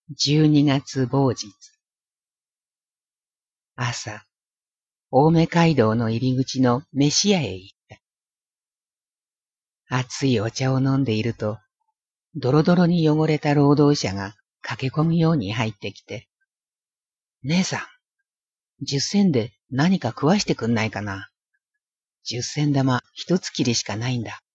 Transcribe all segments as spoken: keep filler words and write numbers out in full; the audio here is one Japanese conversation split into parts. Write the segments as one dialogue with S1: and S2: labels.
S1: じゅうにがつ某日。朝、青梅街道の入り口の飯屋へ行った。熱いお茶を飲んでいると、ドロドロに汚れた労働者が駆け込むように入ってきて、姉さん、十銭で何か食わしてくんないかな。十銭玉一つきりしかないんだ。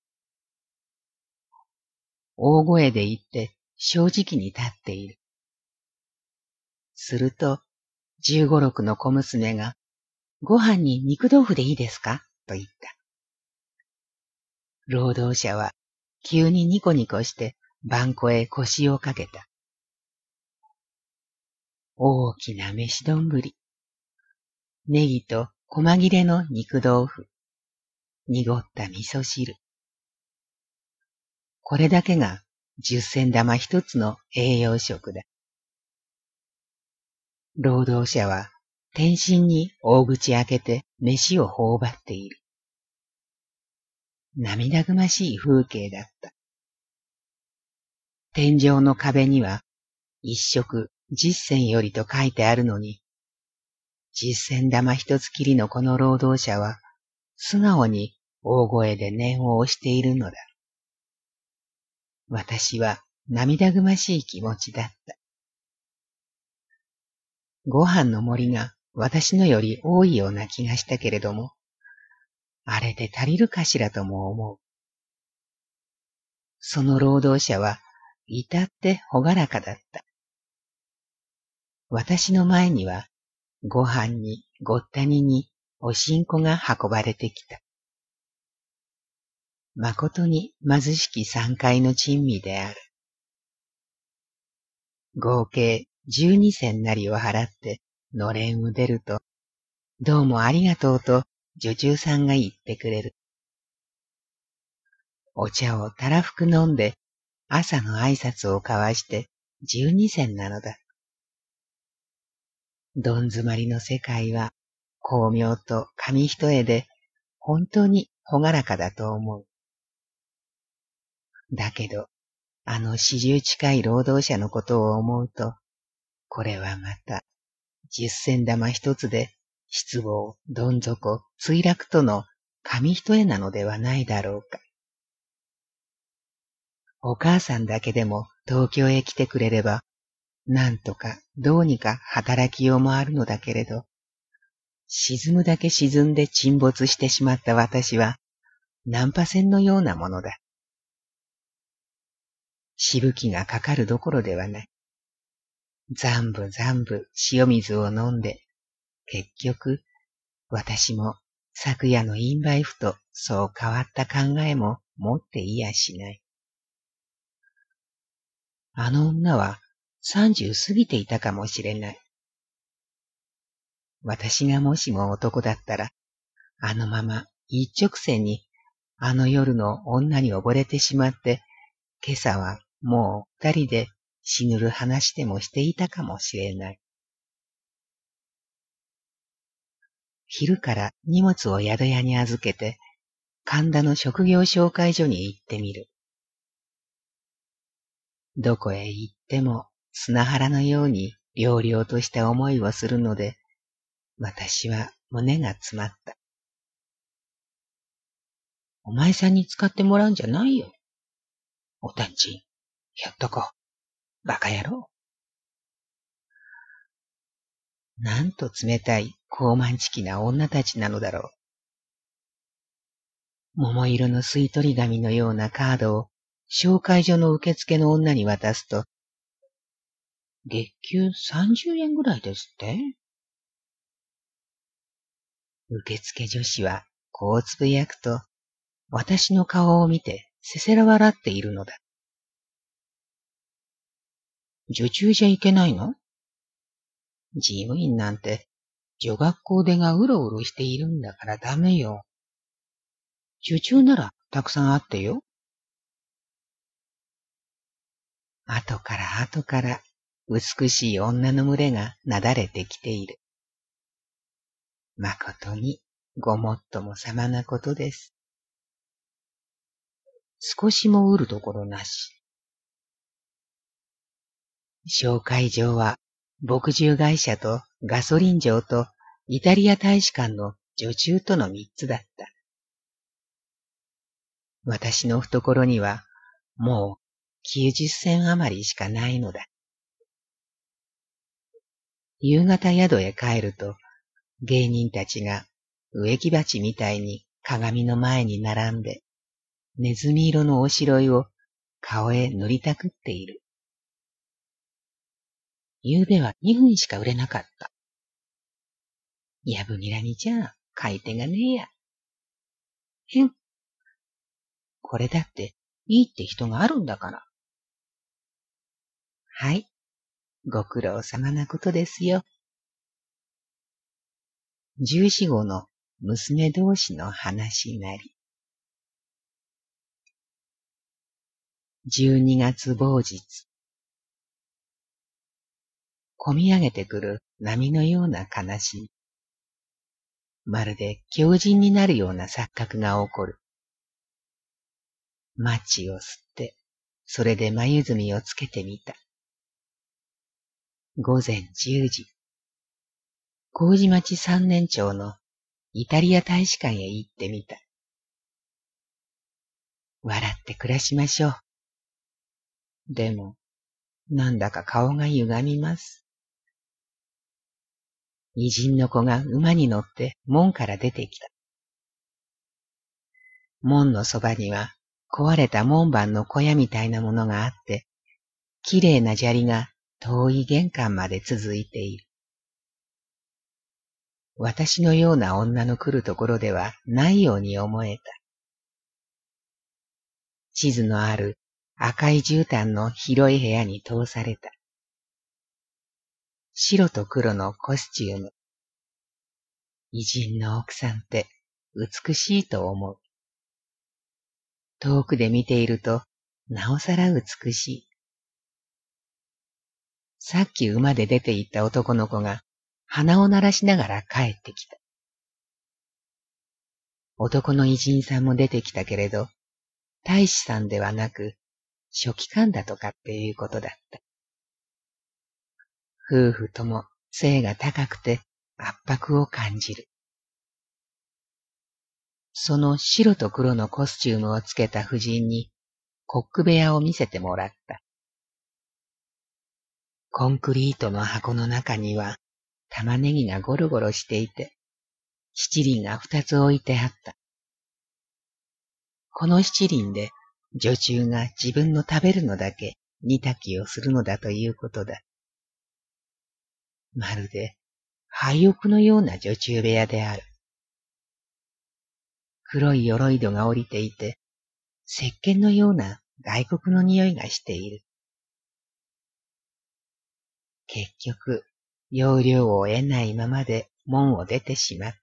S1: 大声で言って正直に立っている。すると、十五六の小娘が、ご飯に肉豆腐でいいですかと言った。労働者は急にニコニコして番小へ腰をかけた。大きな飯丼ぶり。ネギと細切れの肉豆腐。濁った味噌汁。これだけが十銭玉一つの栄養食だ。労働者は天身に大口開けて飯を頬張っている。涙ぐましい風景だった。天井の壁には一食十銭よりと書いてあるのに、十銭玉一つきりのこの労働者は素直に大声で念を押しているのだ。私は涙ぐましい気持ちだった。ご飯の盛りが私のより多いような気がしたけれども、あれで足りるかしらとも思う。その労働者は至ってほがらかだった。私の前にはご飯にごったににおしんこが運ばれてきた。誠に貧しき三階の珍味である。合計十二銭なりを払ってのれんを出ると、どうもありがとうと女中さんが言ってくれる。お茶をたらふく飲んで朝の挨拶を交わして十二銭なのだ。どん詰まりの世界は巧妙と紙一重で本当にほがらかだと思う。だけど、あの四十近い労働者のことを思うと、これはまた十銭玉一つで失望、どん底、墜落との紙一重なのではないだろうか。お母さんだけでも東京へ来てくれれば、なんとかどうにか働きようもあるのだけれど、沈むだけ沈んで沈没してしまった私は、難破船のようなものだ。しぶきがかかるどころではない。残部残部塩水を飲んで、結局、私も昨夜の陰梅符とそう変わった考えも持っていやしない。あの女は三十過ぎていたかもしれない。私がもしも男だったら、あのまま一直線にあの夜の女に溺れてしまって、今朝はもう二人で死ぬる話でもしていたかもしれない。昼から荷物を宿屋に預けて、神田の職業紹介所に行ってみる。どこへ行っても砂原のように寥々とした思いをするので、私は胸が詰まった。お前さんに使ってもらうんじゃないよ。おたんちん、ひょっとこ、バカ野郎。なんと冷たい高慢ちきな女たちなのだろう。桃色の吸い取り紙のようなカードを紹介所の受付の女に渡すと、月給さんじゅうえんぐらいですって？受付女子はこうつぶやくと、私の顔を見てせせら笑っているのだ。女中じゃいけないの？事務員なんて女学校出がうろうろしているんだからダメよ。女中ならたくさんあってよ。後から後から美しい女の群れがなだれてきている。誠にごもっともさまなことです。少しもうるところなし。 紹介状は、牧獣会社とガソリン場とイタリア大使館の女中との三つだった。私の懐には、もうきゅうじゅっせん余りしかないのだ。夕方宿へ帰ると、芸人たちが植木鉢みたいに鏡の前に並んで、ネズミ色のおしろいを顔へ塗りたくっている。夕べはにふんしか売れなかった。やぶにらにじゃ買い手がねえや。へん。これだっていいって人があるんだから。はい。ご苦労様なことですよ。十四五の娘同士の話なり。十二月某日。こみ上げてくる波のような悲しみ。まるで狂人になるような錯覚が起こる。マッチを吸って、それで眉墨をつけてみた。午前十時。麹町三年町のイタリア大使館へ行ってみた。笑って暮らしましょう。でも、なんだか顔が歪みます。偉人の子が馬に乗って門から出てきた。門のそばには壊れた門番の小屋みたいなものがあって、きれいな砂利が遠い玄関まで続いている。私のような女の来るところではないように思えた。地図のある赤い絨毯の広い部屋に通された。白と黒のコスチューム。偉人の奥さんって美しいと思う。遠くで見ているとなおさら美しい。さっき馬で出て行った男の子が鼻を鳴らしながら帰ってきた。男の偉人さんも出てきたけれど、大使さんではなく、書記官だとかっていうことだった。夫婦とも背が高くて圧迫を感じる。その白と黒のコスチュームをつけた夫人にコック部屋を見せてもらった。コンクリートの箱の中には玉ねぎがゴロゴロしていて、七輪が二つ置いてあった。この七輪で女中が自分の食べるのだけ煮炊きをするのだということだ。まるで廃屋のような女中部屋である。黒い鎧戸が降りていて、石鹸のような外国の匂いがしている。結局、要領を得ないままで門を出てしまった。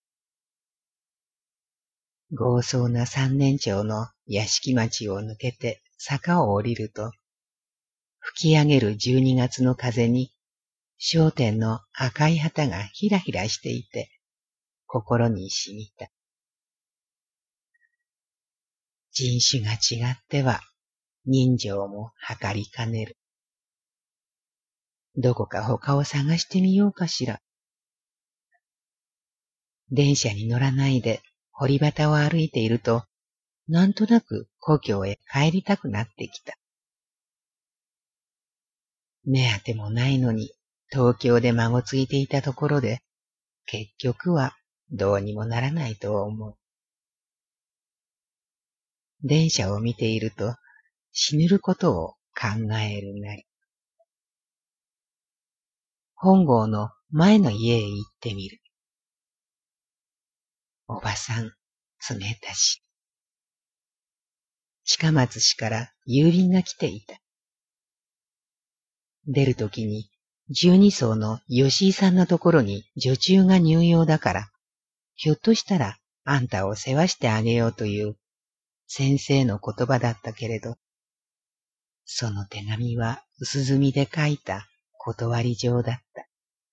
S1: 豪壮な三年町の屋敷町を抜けて坂を降りると、吹き上げる十二月の風に、商店の赤い旗がひらひらしていて、心に染みた。人種が違っては、人情も測りかねる。どこか他を探してみようかしら。電車に乗らないで堀端を歩いていると、なんとなく故郷へ帰りたくなってきた。目当てもないのに東京で孫ついていたところで、結局はどうにもならないと思う。電車を見ていると死ぬることを考えるなり。本郷の前の家へ行ってみる。おばさん、冷たし。近松市から郵便が来ていた。出るときに十二層の吉井さんのところに女中が入用だから、ひょっとしたらあんたを世話してあげようという先生の言葉だったけれど、その手紙は薄墨で書いた断り状だった。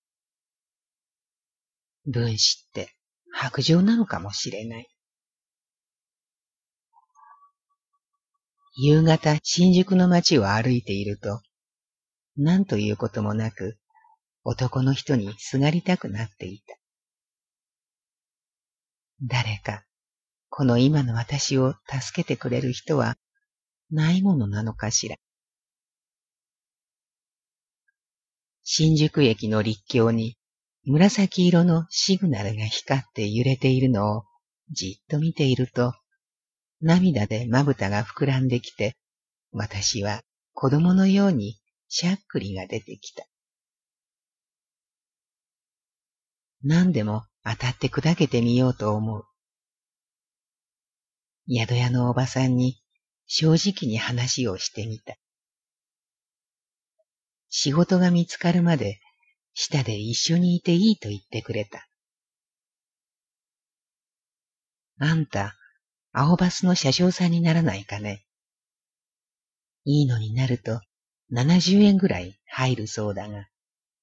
S1: 文士って薄情なのかもしれない。夕方新宿の街を歩いていると、 何ということもなく、男の人にすがりたくなっていた。誰か、この今の私を助けてくれる人はないものなのかしら。新宿駅の立橋に紫色のシグナルが光って揺れているのをじっと見ていると、涙でまぶたが膨らんできて、私は子供のようにしゃっくりが出てきた。何でも当たって砕けてみようと思う。宿屋のおばさんに正直に話をしてみた。仕事が見つかるまで下で一緒にいていいと言ってくれた。あんた、青バスの車掌さんにならないかね。いいのになるとななじゅうえんぐらい入るそうだが。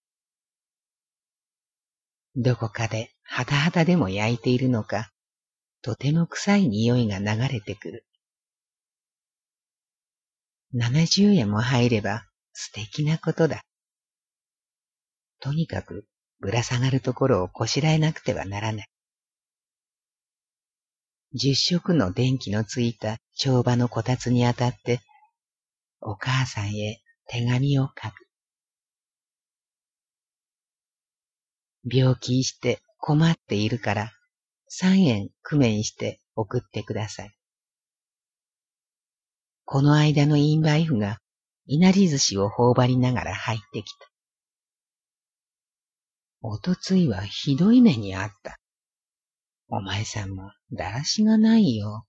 S1: どこかでハタハタでも焼いているのか、とても臭い匂いが流れてくる。ななじゅうえんも入れば素敵なことだ。とにかくぶら下がるところをこしらえなくてはならない。十色の電気のついた帳場のこたつにあたって、お母さんへ手紙を書く。病気して困っているから三円工面して送ってください。この間のインバイフがいなり寿司を頬張りながら入ってきた。おとついはひどい目にあった。お前さんもだらしがないよ。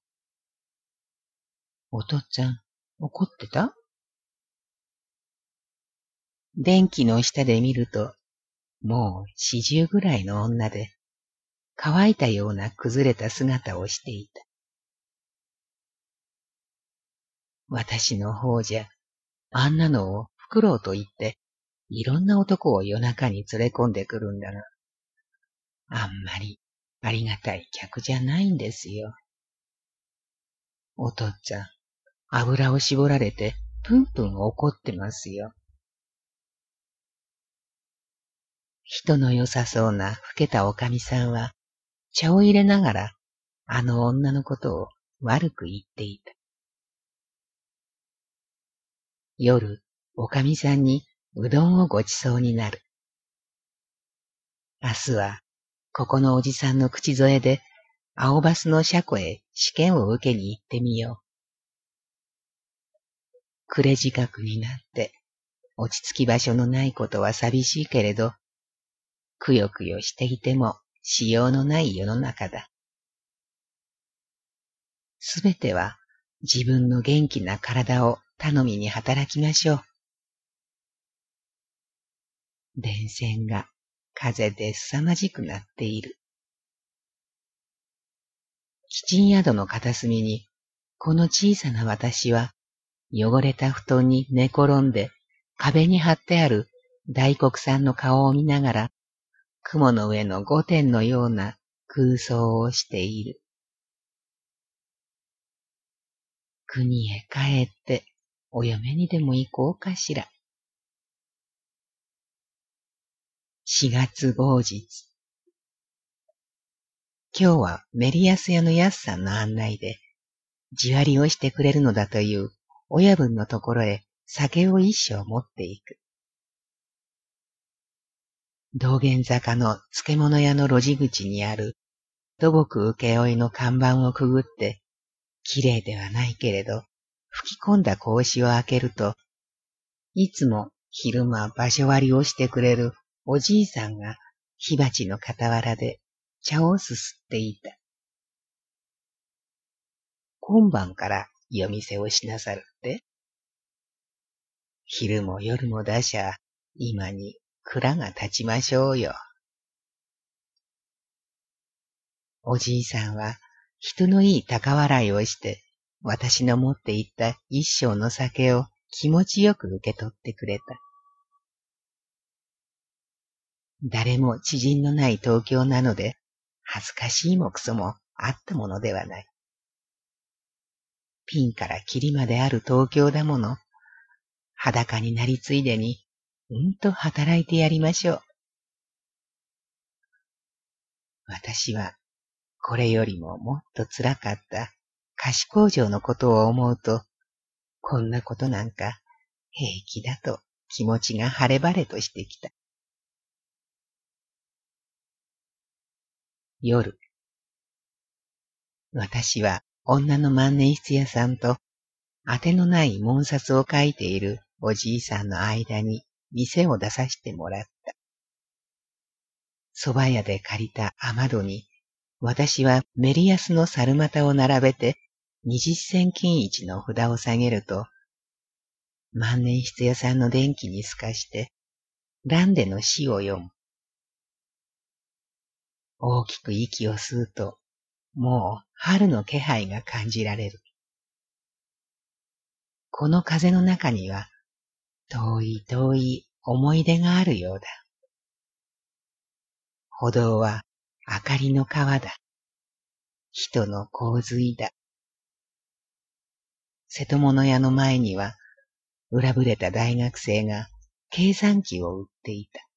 S1: おとっつぁん、怒ってた？電気の下で見ると、もう四十ぐらいの女で、乾いたような崩れた姿をしていた。私の方じゃ、あんなのをフクロウと言って、いろんな男を夜中に連れ込んでくるんだが、あんまりありがたい客じゃないんですよ。おとっつぁん、油を絞られて、プンプン怒ってますよ。人の良さそうな老けたおかみさんは、茶を入れながら、あの女のことを悪く言っていた。夜、おかみさんにうどんをごちそうになる。明日は、ここのおじさんの口添えで、青バスの車庫へ試験を受けに行ってみよう。暮れ時刻になって、落ち着き場所のないことは寂しいけれど、くよくよしていてもしようのない世の中だ。すべては自分の元気な体を頼みに働きましょう。電線が風で凄まじくなっている。吉ん宿の片隅に、この小さな私は、汚れた布団に寝転んで、壁に貼ってある大黒さんの顔を見ながら、雲の上の御殿のような空想をしている。国へ帰って、お嫁にでも行こうかしら。しがつごうじつ。今日はメリヤス屋のやすさんの案内で、地割りをしてくれるのだという親分のところへ酒を一升持っていく。道玄坂の漬物屋の路地口にある土木請負の看板をくぐって、きれいではないけれど、吹き込んだ格子を開けると、いつも昼間場所割りをしてくれるおじいさんが火鉢の傍らで茶をすすっていた。今晩から夜店をしなさるって？昼も夜もだしゃ、今に蔵が立ちましょうよ。おじいさんは人のいい高笑いをして、私の持っていった一升の酒を気持ちよく受け取ってくれた。誰も知人のない東京なので、恥ずかしいもクソもあったものではない。ピンからキリまである東京だもの。裸になりついでにうんと働いてやりましょう。私はこれよりももっと辛かった菓子工場のことを思うと、こんなことなんか平気だと気持ちが晴れ晴れとしてきた。夜、私は女の万年筆屋さんと当てのない紋札を書いているおじいさんの間に店を出させてもらった。蕎麦屋で借りた雨戸に、私はメリヤスの猿股を並べて二十銭金一の札を下げると、万年筆屋さんの電気に透かして、ランデの詩を読む。大きく息を吸うと、もう春の気配が感じられる。この風の中には、遠い遠い思い出があるようだ。歩道は明かりの川だ。人の洪水だ。瀬戸物屋の前には、裏ぶれた大学生が計算機を売っていた。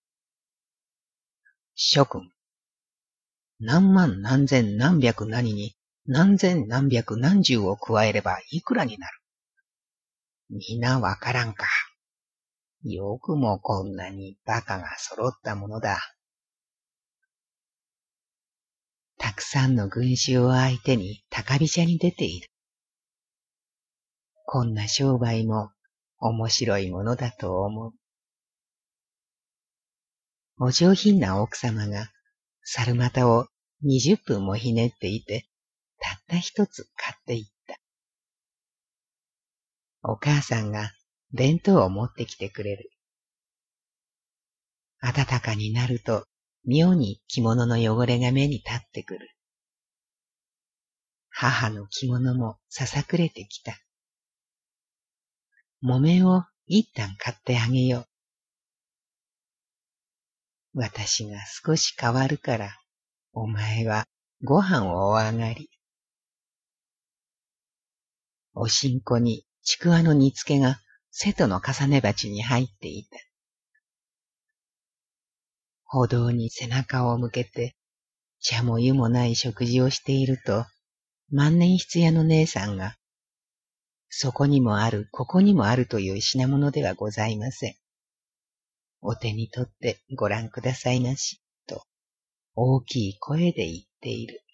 S1: 諸君、何万何千何百何に何千何百何十を加えればいくらになる。皆わからんか。よくもこんなにバカが揃ったものだ。たくさんの群衆を相手に高飛車に出ている。こんな商売も面白いものだと思う。お上品な奥様が猿股を二十分もひねっていて、たった一つ買っていった。お母さんが弁当を持ってきてくれる。暖かになると妙に着物の汚れが目に立ってくる。母の着物もささくれてきた。木綿を一旦買ってあげよう。私が少し変わるから、お前はご飯をお上がり。おしんこにちくわの煮付けが瀬戸の重ね鉢に入っていた。歩道に背中を向けて、茶も湯もない食事をしていると、万年筆屋の姉さんが、そこにもある、ここにもあるという品物ではございません。お手に取ってご覧くださいなし、と大きい声で言っている。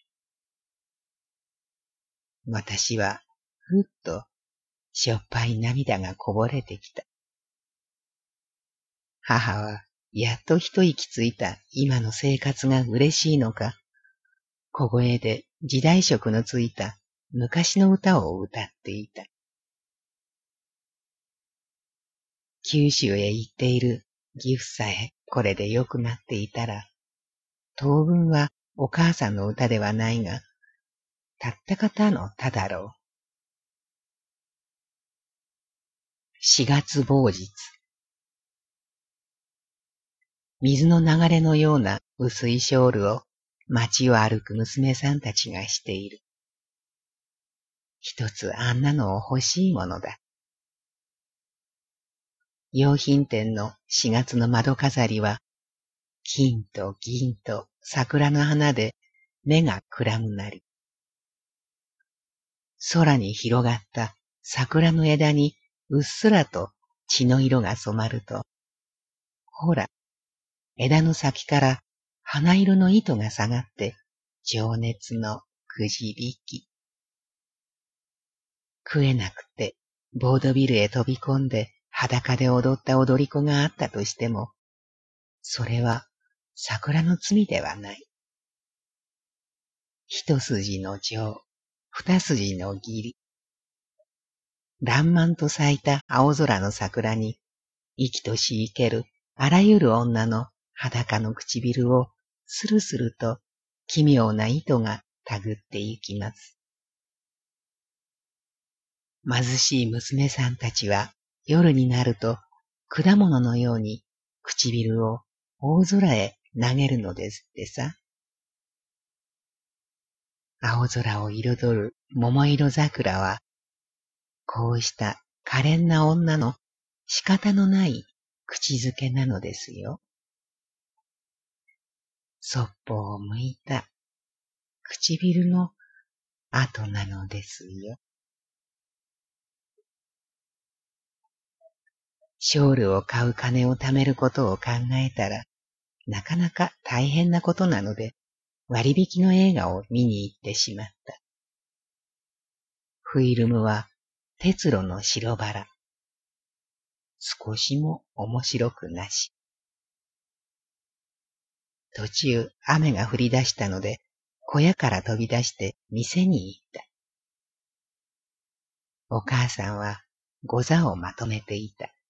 S1: 私は、ふっと、しょっぱい涙がこぼれてきた。母は、やっと一息ついた今の生活が嬉しいのか、小声で時代色のついた昔の歌を歌っていた。九州へ行っている岐阜さえこれで良くなっていたら、当分はお母さんの歌ではないが、たった方のただろう。四月某日。水の流れのような薄いショールを街を歩く娘さんたちがしている。一つあんなのを欲しいものだ。洋品店の四月の窓飾りは、金と銀と桜の花で目がくらむなり。空に広がった桜の枝にうっすらと血の色が染まると、ほら、枝の先から花色の糸が下がって情熱のくじ引き。食えなくてボードビルへ飛び込んで裸で踊った踊り子があったとしても、それは桜の罪ではない。一筋の情、二筋の義理。爛漫と咲いた青空の桜に、生きとし生けるあらゆる女の裸の唇をスルスルと奇妙な糸がたぐってゆきます。貧しい娘さんたちは夜になると果物のように唇を大空へ投げるのですってさ。青空を彩る桃色桜は、こうした可憐な女の仕方のない口づけなのですよ。そっぽを向いた唇の跡なのですよ。ショールを買う金を貯めることを考えたら、なかなか大変なことなので、割引の映画を見に行ってしまった。フィルムは鉄路の白バラ。少しも面白くなし。途中雨が降り出したので、小屋から飛び出して店に行った。お母さんはござをまとめていた。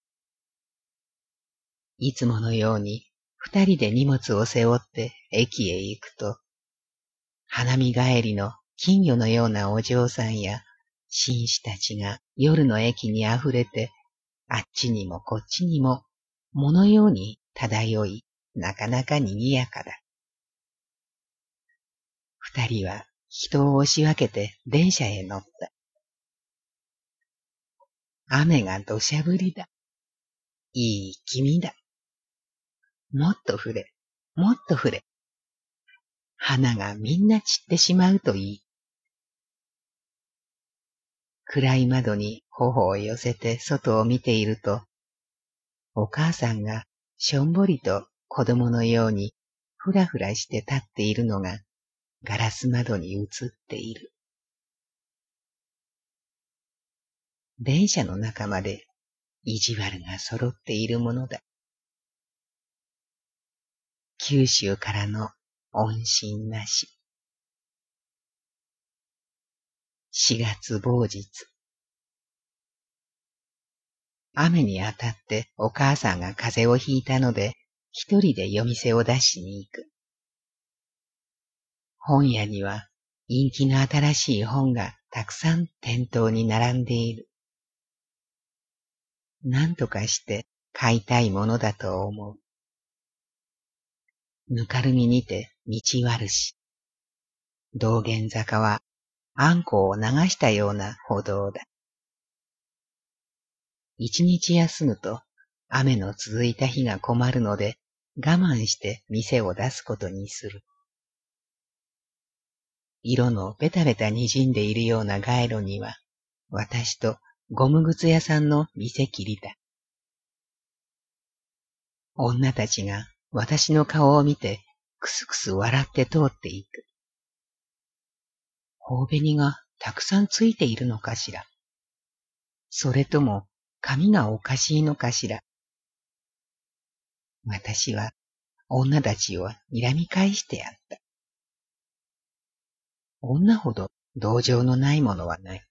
S1: いつものように二人で荷物を背負って駅へ行くと、花見帰りの金魚のようなお嬢さんや紳士たちが夜の駅にあふれて、あっちにもこっちにも藻のように漂い、なかなか賑やかだ。二人は人を押し分けて電車へ乗った。雨が土砂降りだ。いい気味だ。もっと降れ、もっと降れ。花がみんな散ってしまうといい。暗い窓に頬を寄せて外を見ていると、お母さんがしょんぼりと子供のようにふらふらして立っているのがガラス窓に映っている。電車の中まで意地悪が揃っているものだ。九州からの音信なし。四月某日。雨に当たってお母さんが風邪をひいたので、一人で夜店を出しに行く。本屋には陰気の新しい本がたくさん店頭に並んでいる。何とかして買いたいものだと思う。ぬかるみにて道悪し。道玄坂はあんこを流したような歩道だ。一日休むと雨の続いた日が困るので我慢して店を出すことにする。色のベタベタ滲んでいるような街路には私とゴム靴屋さんの店切りだ。女たちが私の顔を見てくすくす笑って通っていく。頬紅がたくさんついているのかしら。それとも髪がおかしいのかしら。私は女たちを睨み返してやった。女ほど同情のないものはない。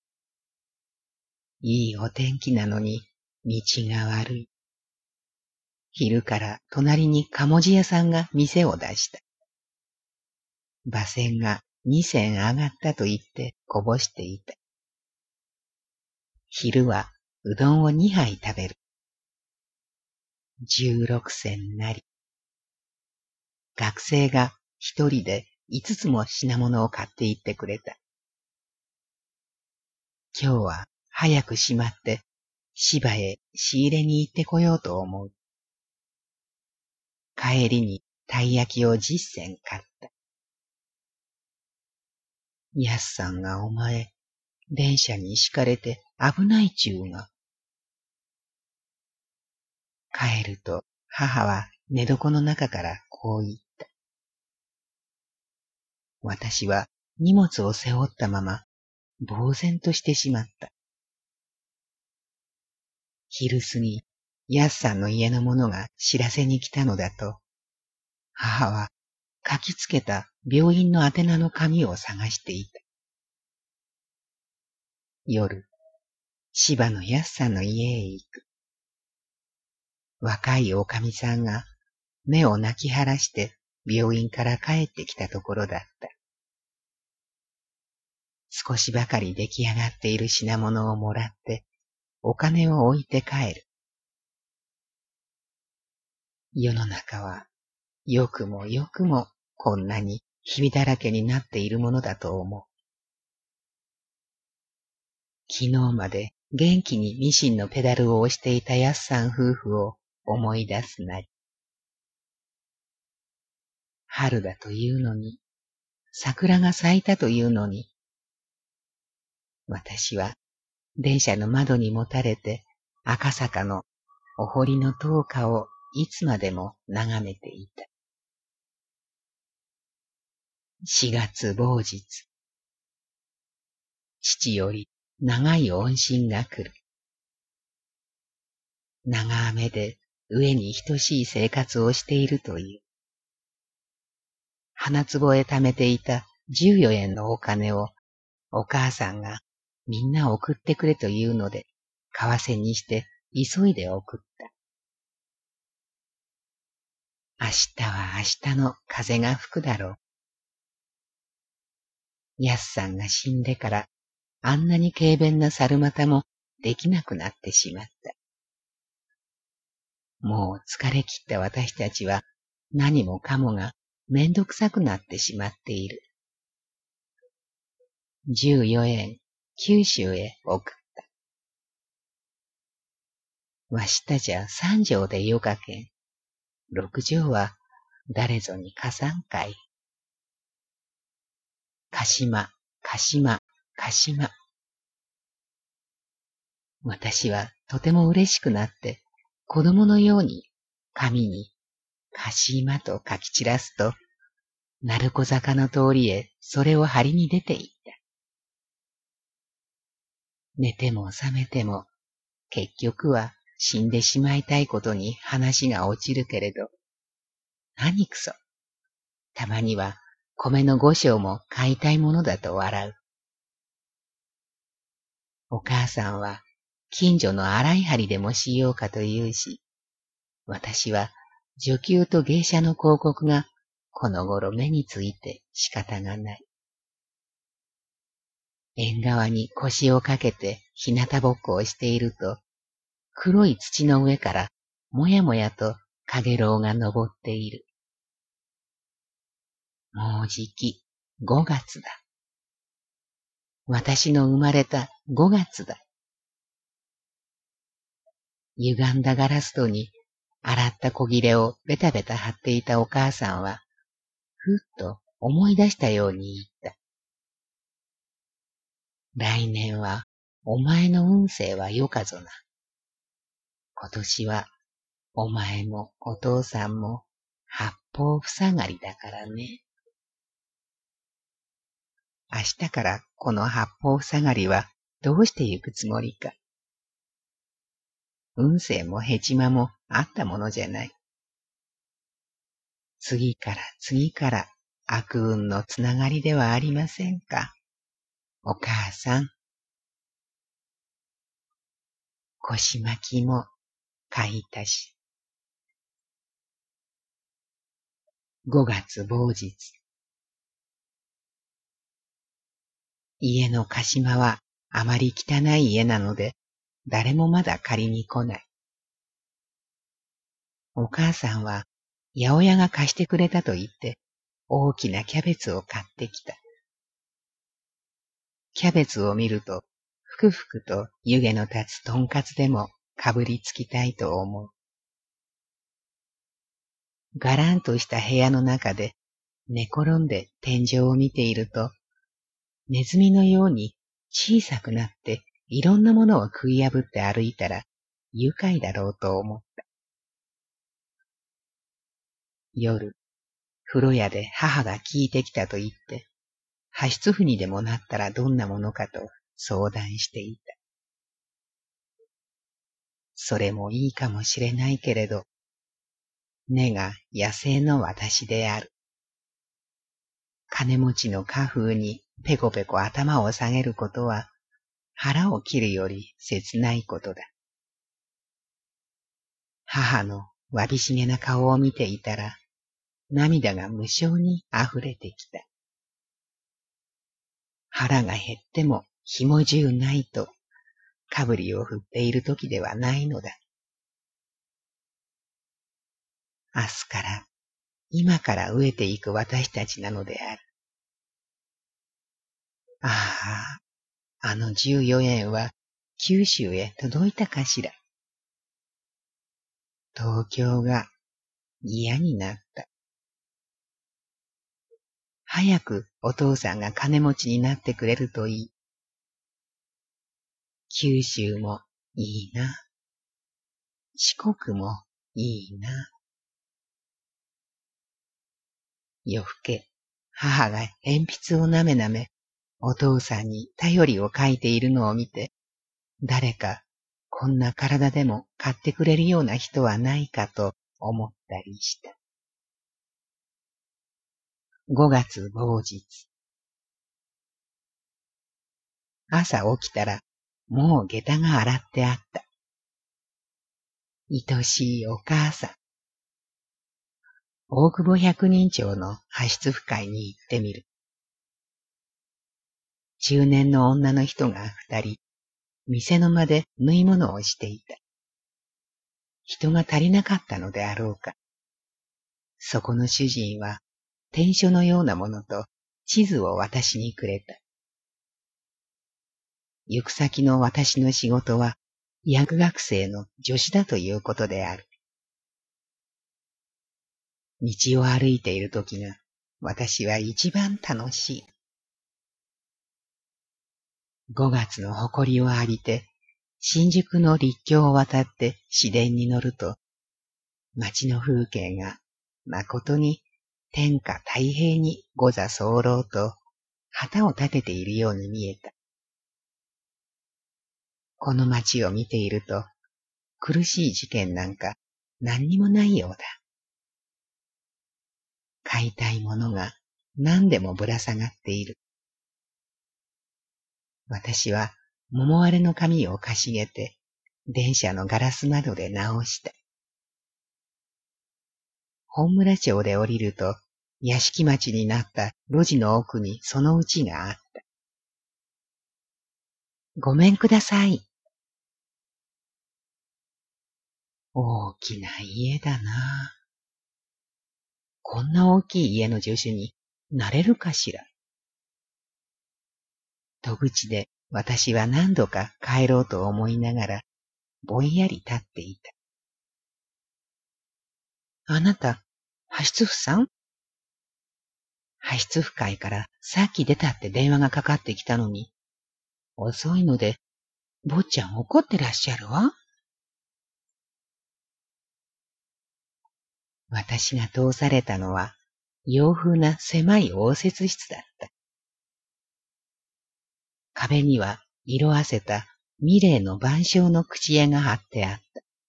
S1: いいお天気なのに道が悪い。昼から隣にかもじ屋さんが店を出した。馬銭が二銭上がったと言ってこぼしていた。昼はうどんを二杯食べる。十六銭なり。学生が一人で五つも品物を買って行ってくれた。今日は早く閉まって芝へ仕入れに行ってこようと思う。帰りにたい焼きを十銭買った。やすさんがお前、電車に敷かれて危ないちゅうが。帰ると母は寝床の中からこう言った。私は荷物を背負ったまま呆然としてしまった。昼過ぎ、やすさんの家の者が知らせに来たのだと、母は書きつけた病院の宛名の紙を探していた。夜、芝のやすさんの家へ行く。若いおかみさんが目を泣き晴らして病院から帰ってきたところだった。少しばかり出来上がっている品物をもらってお金を置いて帰る。世の中はよくもよくもこんなにひびだらけになっているものだと思う。昨日まで元気にミシンのペダルを押していたやすさん夫婦を思い出すなり。春だというのに、桜が咲いたというのに、私は電車の窓にもたれて赤坂のお堀の灯火をいつまでも眺めていた。四月某日、父より長い音信が来る。長雨で飢えに等しい生活をしているという。花壺へ貯めていた十四円のお金をお母さんがみんな送ってくれというので、為替にして急いで送った。明日は明日の風が吹くだろう。やすさんが死んでからあんなに軽便な猿股もできなくなってしまった。もう疲れ切った私たちは何もかもがめんどくさくなってしまっている。十四円、九州へ送った。わしたじゃ三条でよかけん。六条は誰ぞに貸さんかい。かしま、かしま、かしま。私はとても嬉しくなって、子供のように紙にかしまと書き散らすと、鳴子坂の通りへそれを張りに出て行った。寝ても覚めても、結局は死んでしまいたいことに話が落ちるけれど、何くそ。たまには米の五升も買いたいものだと笑う。お母さんは近所の洗い張りでもしようかと言うし、私は女給と芸者の広告がこの頃目について仕方がない。縁側に腰をかけて日向ぼっこをしていると、黒い土の上からもやもやとかげろうが登っている。もうじきごがつだ。私の生まれたごがつだ。歪んだガラス戸に洗った小切れをベタベタ貼っていたお母さんは、ふっと思い出したように言った。来年はお前の運勢はよかぞな。今年はお前もお父さんも八方塞がりだからね。明日からこの八方塞がりはどうしてゆくつもりか。運勢もヘチマもあったものじゃない。次から次から悪運のつながりではありませんか。お母さん。腰巻きも書いたし。ごがつ某日。家のかしまはあまり汚い家なので、誰もまだ借りに来ない。お母さんは八百屋が貸してくれたと言って、大きなキャベツを買ってきた。キャベツを見ると、ふくふくと湯気の立つとんかつでもかぶりつきたいと思う。がらんとした部屋の中で寝転んで天井を見ていると、ネズミのように小さくなっていろんなものを食い破って歩いたら愉快だろうと思った。夜、風呂屋で母が聞いてきたと言って、派出婦にでもなったらどんなものかと相談していた。それもいいかもしれないけれど、根が野生の私である。金持ちの家風にペコペコ頭を下げることは腹を切るより切ないことだ。母のわびしげな顔を見ていたら涙が無性に溢れてきた。腹が減ってもひもじゅうないとかぶりを振っている時ではないのだ。明日から、今から飢えていく私たちなのである。ああ、あの十四円は九州へ届いたかしら。 東京が嫌になった。早くお父さんが金持ちになってくれるといい。九州もいいな。四国もいいな。夜更け、母が鉛筆をなめなめ、お父さんに頼りを書いているのを見て、誰かこんな体でも買ってくれるような人はないかと思ったりした。ごがつ某日。朝起きたら、もう下駄が洗ってあった。愛しいお母さん。大久保百人町の派出部会に行ってみる。中年の女の人が二人、店の間で縫い物をしていた。人が足りなかったのであろうか。そこの主人は、篆書のようなものと地図を私にくれた。行く先の私の仕事は、薬学生の助手だということである。道を歩いているときが、私は一番楽しい。ごがつの誇りを浴びて、新宿の立教を渡って市電に乗ると、街の風景が誠に天下太平に御座候と旗を立てているように見えた。この街を見ていると、苦しい事件なんか何にもないようだ。買いたいものが何でもぶら下がっている。私は桃割れの髪をかしげて、電車のガラス窓で直した。本村町で降りると、屋敷町になった路地の奥にその家があった。ごめんください。大きな家だな。こんな大きい家の助手になれるかしら。戸口で私は何度か帰ろうと思いながら、ぼんやり立っていた。あなた、派出婦さん？派出婦会からさっき出たって電話がかかってきたのに、遅いので、坊ちゃん怒ってらっしゃるわ。私が通されたのは、洋風な狭い応接室だった。壁には色あせたミレーの晩鐘の口絵が貼ってあった。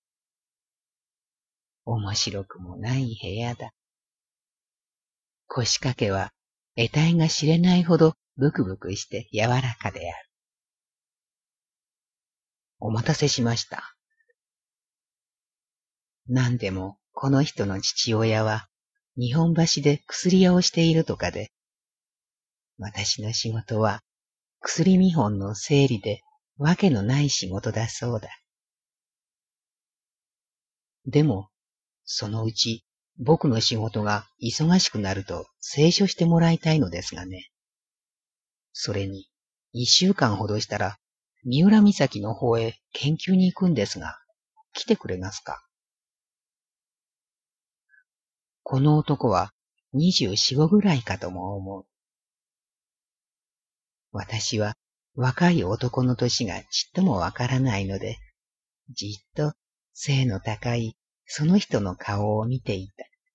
S1: 面白くもない部屋だ。腰掛けは得体が知れないほどブクブクして柔らかである。お待たせしました。何でもこの人の父親は日本橋で薬屋をしているとかで、私の仕事は薬見本の整理でわけのない仕事だそうだ。でも、そのうち僕の仕事が忙しくなると清書してもらいたいのですがね。それに、一週間ほどしたら、三浦岬の方へ研究に行くんですが、来てくれますか？この男は二十四五ぐらいかとも思う。私は若い男の年がちっともわからないので、じっと背の高いその人の顔を見ていた。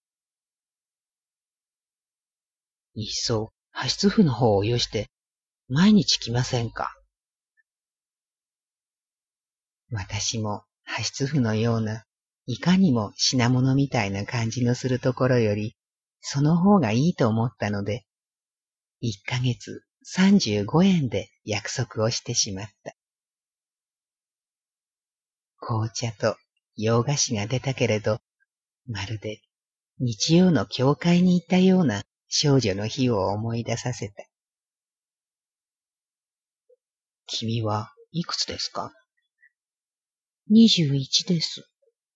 S1: いっそ派出婦の方をよして、毎日来ませんか？私も派出婦のような、いかにも品物みたいな感じのするところより、その方がいいと思ったので、いっかげつさんじゅうごえんで約束をしてしまった。紅茶と洋菓子が出たけれど、まるで日曜の教会に行ったような少女の日を思い出させた。君はいくつですか？にじゅういちです。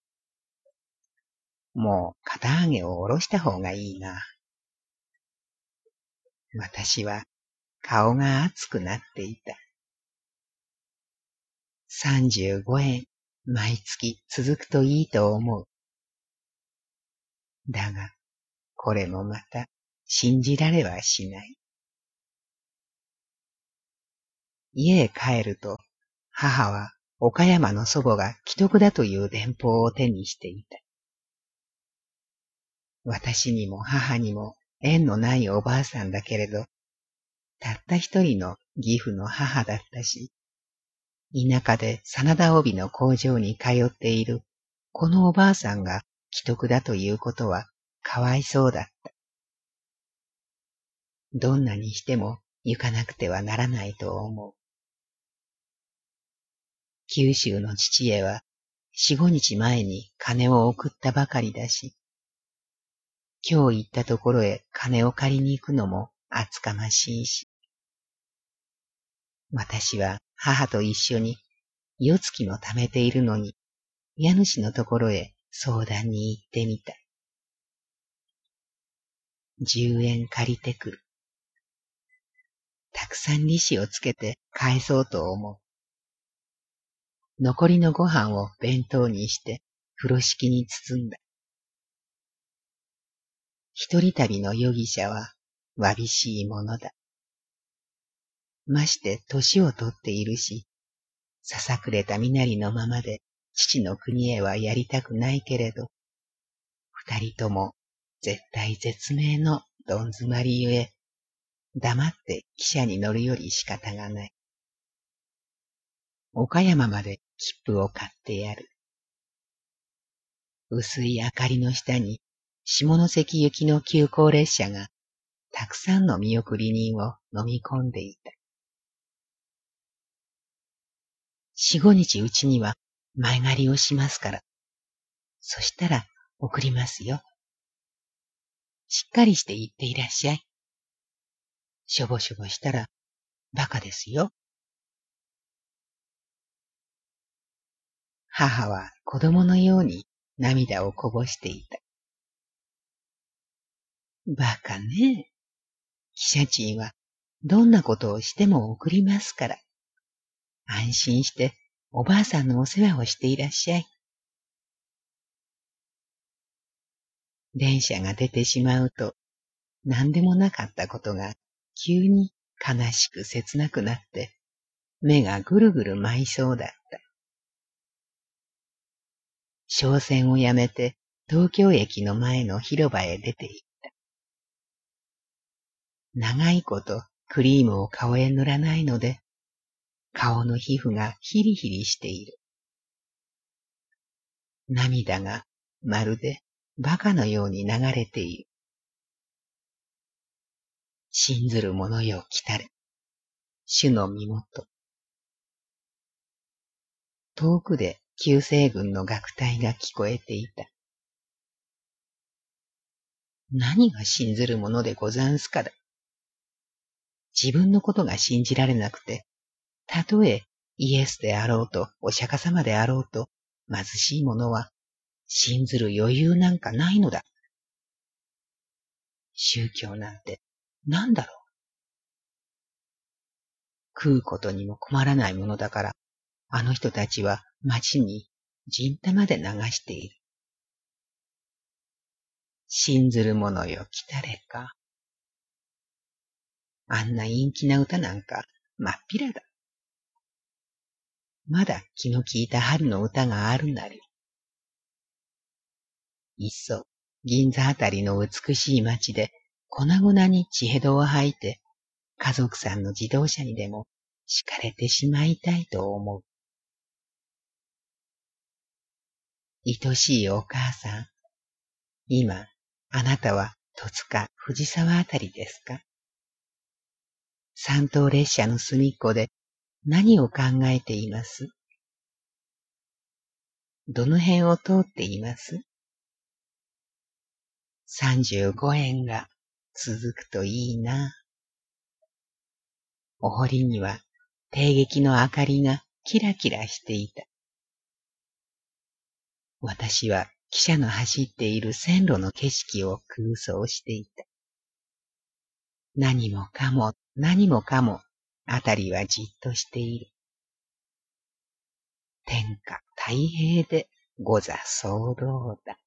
S1: もう肩上げを下ろした方がいいな。私は顔が熱くなっていた。さんじゅうごえん、毎月続くといいと思う。 だが、これもまた信じられはしない。家へ帰ると、母は岡山の祖母が奇特だという電報を手にしていた。私にも母にも縁のないおばあさんだけれど、たった一人の義父の母だったし、田舎で真田帯の工場に通っているこのおばあさんが奇特だということはかわいそうだった。どんなにしても行かなくてはならないと思う。九州の父へは四五日前に金を送ったばかりだし、今日行ったところへ金を借りに行くのも厚かましいし、私は母と一緒に夜月の貯めているのに、家主のところへ相談に行ってみた。十円借りてくる。たくさん利子をつけて返そうと思う。残りのご飯を弁当にして風呂敷に包んだ。一人旅の容疑者はわびしいものだ。まして年をとっているし、ささくれた身なりのままで父の国へはやりたくないけれど、二人とも絶対絶命のどん詰まりゆえ、黙って汽車に乗るより仕方がない。岡山まで切符を買ってやる。薄い明かりの下に下関行きの急行列車がたくさんの見送り人を飲み込んでいた。四五日うちには前借りをしますから。そしたら送りますよ。しっかりして行っていらっしゃい。しょぼしょぼしたらバカですよ。母は子供のように涙をこぼしていた。バカね。汽車賃はどんなことをしても送りますから。安心しておばあさんのお世話をしていらっしゃい。電車が出てしまうと、何でもなかったことが急に悲しく切なくなって、目がぐるぐる舞いそうだった。商船をやめて東京駅の前の広場へ出て行った。長いことクリームを顔へ塗らないので、顔の皮膚がヒリヒリしている。涙がまるでバカのように流れている。信ずる者よ来たれ。主の身元。遠くで旧西軍の楽隊が聞こえていた。何が信ずるものでござんすかだ。自分のことが信じられなくて、たとえイエスであろうとお釈迦様であろうと貧しい者は信ずる余裕なんかないのだ。宗教なんて何だろう。食うことにも困らないものだから、あの人たちは町に人玉で流している。信ずる者よ来たれか。あんな陰気な歌なんかまっぴらだ。まだ気の利いた春の歌があるなり。いっそ銀座あたりの美しい町で粉々に血へどを吐いて家族さんの自動車にでも敷かれてしまいたいと思う。愛しいお母さん、今あなたは戸塚藤沢あたりですか？三等列車の隅っこで何を考えています？どの辺を通っています？三十五円が続くといいな。お堀には帝劇の明かりがキラキラしていた。私は汽車の走っている線路の景色を空想していた。何もかも何もかもあたりはじっとしている。天下太平でござ候だ。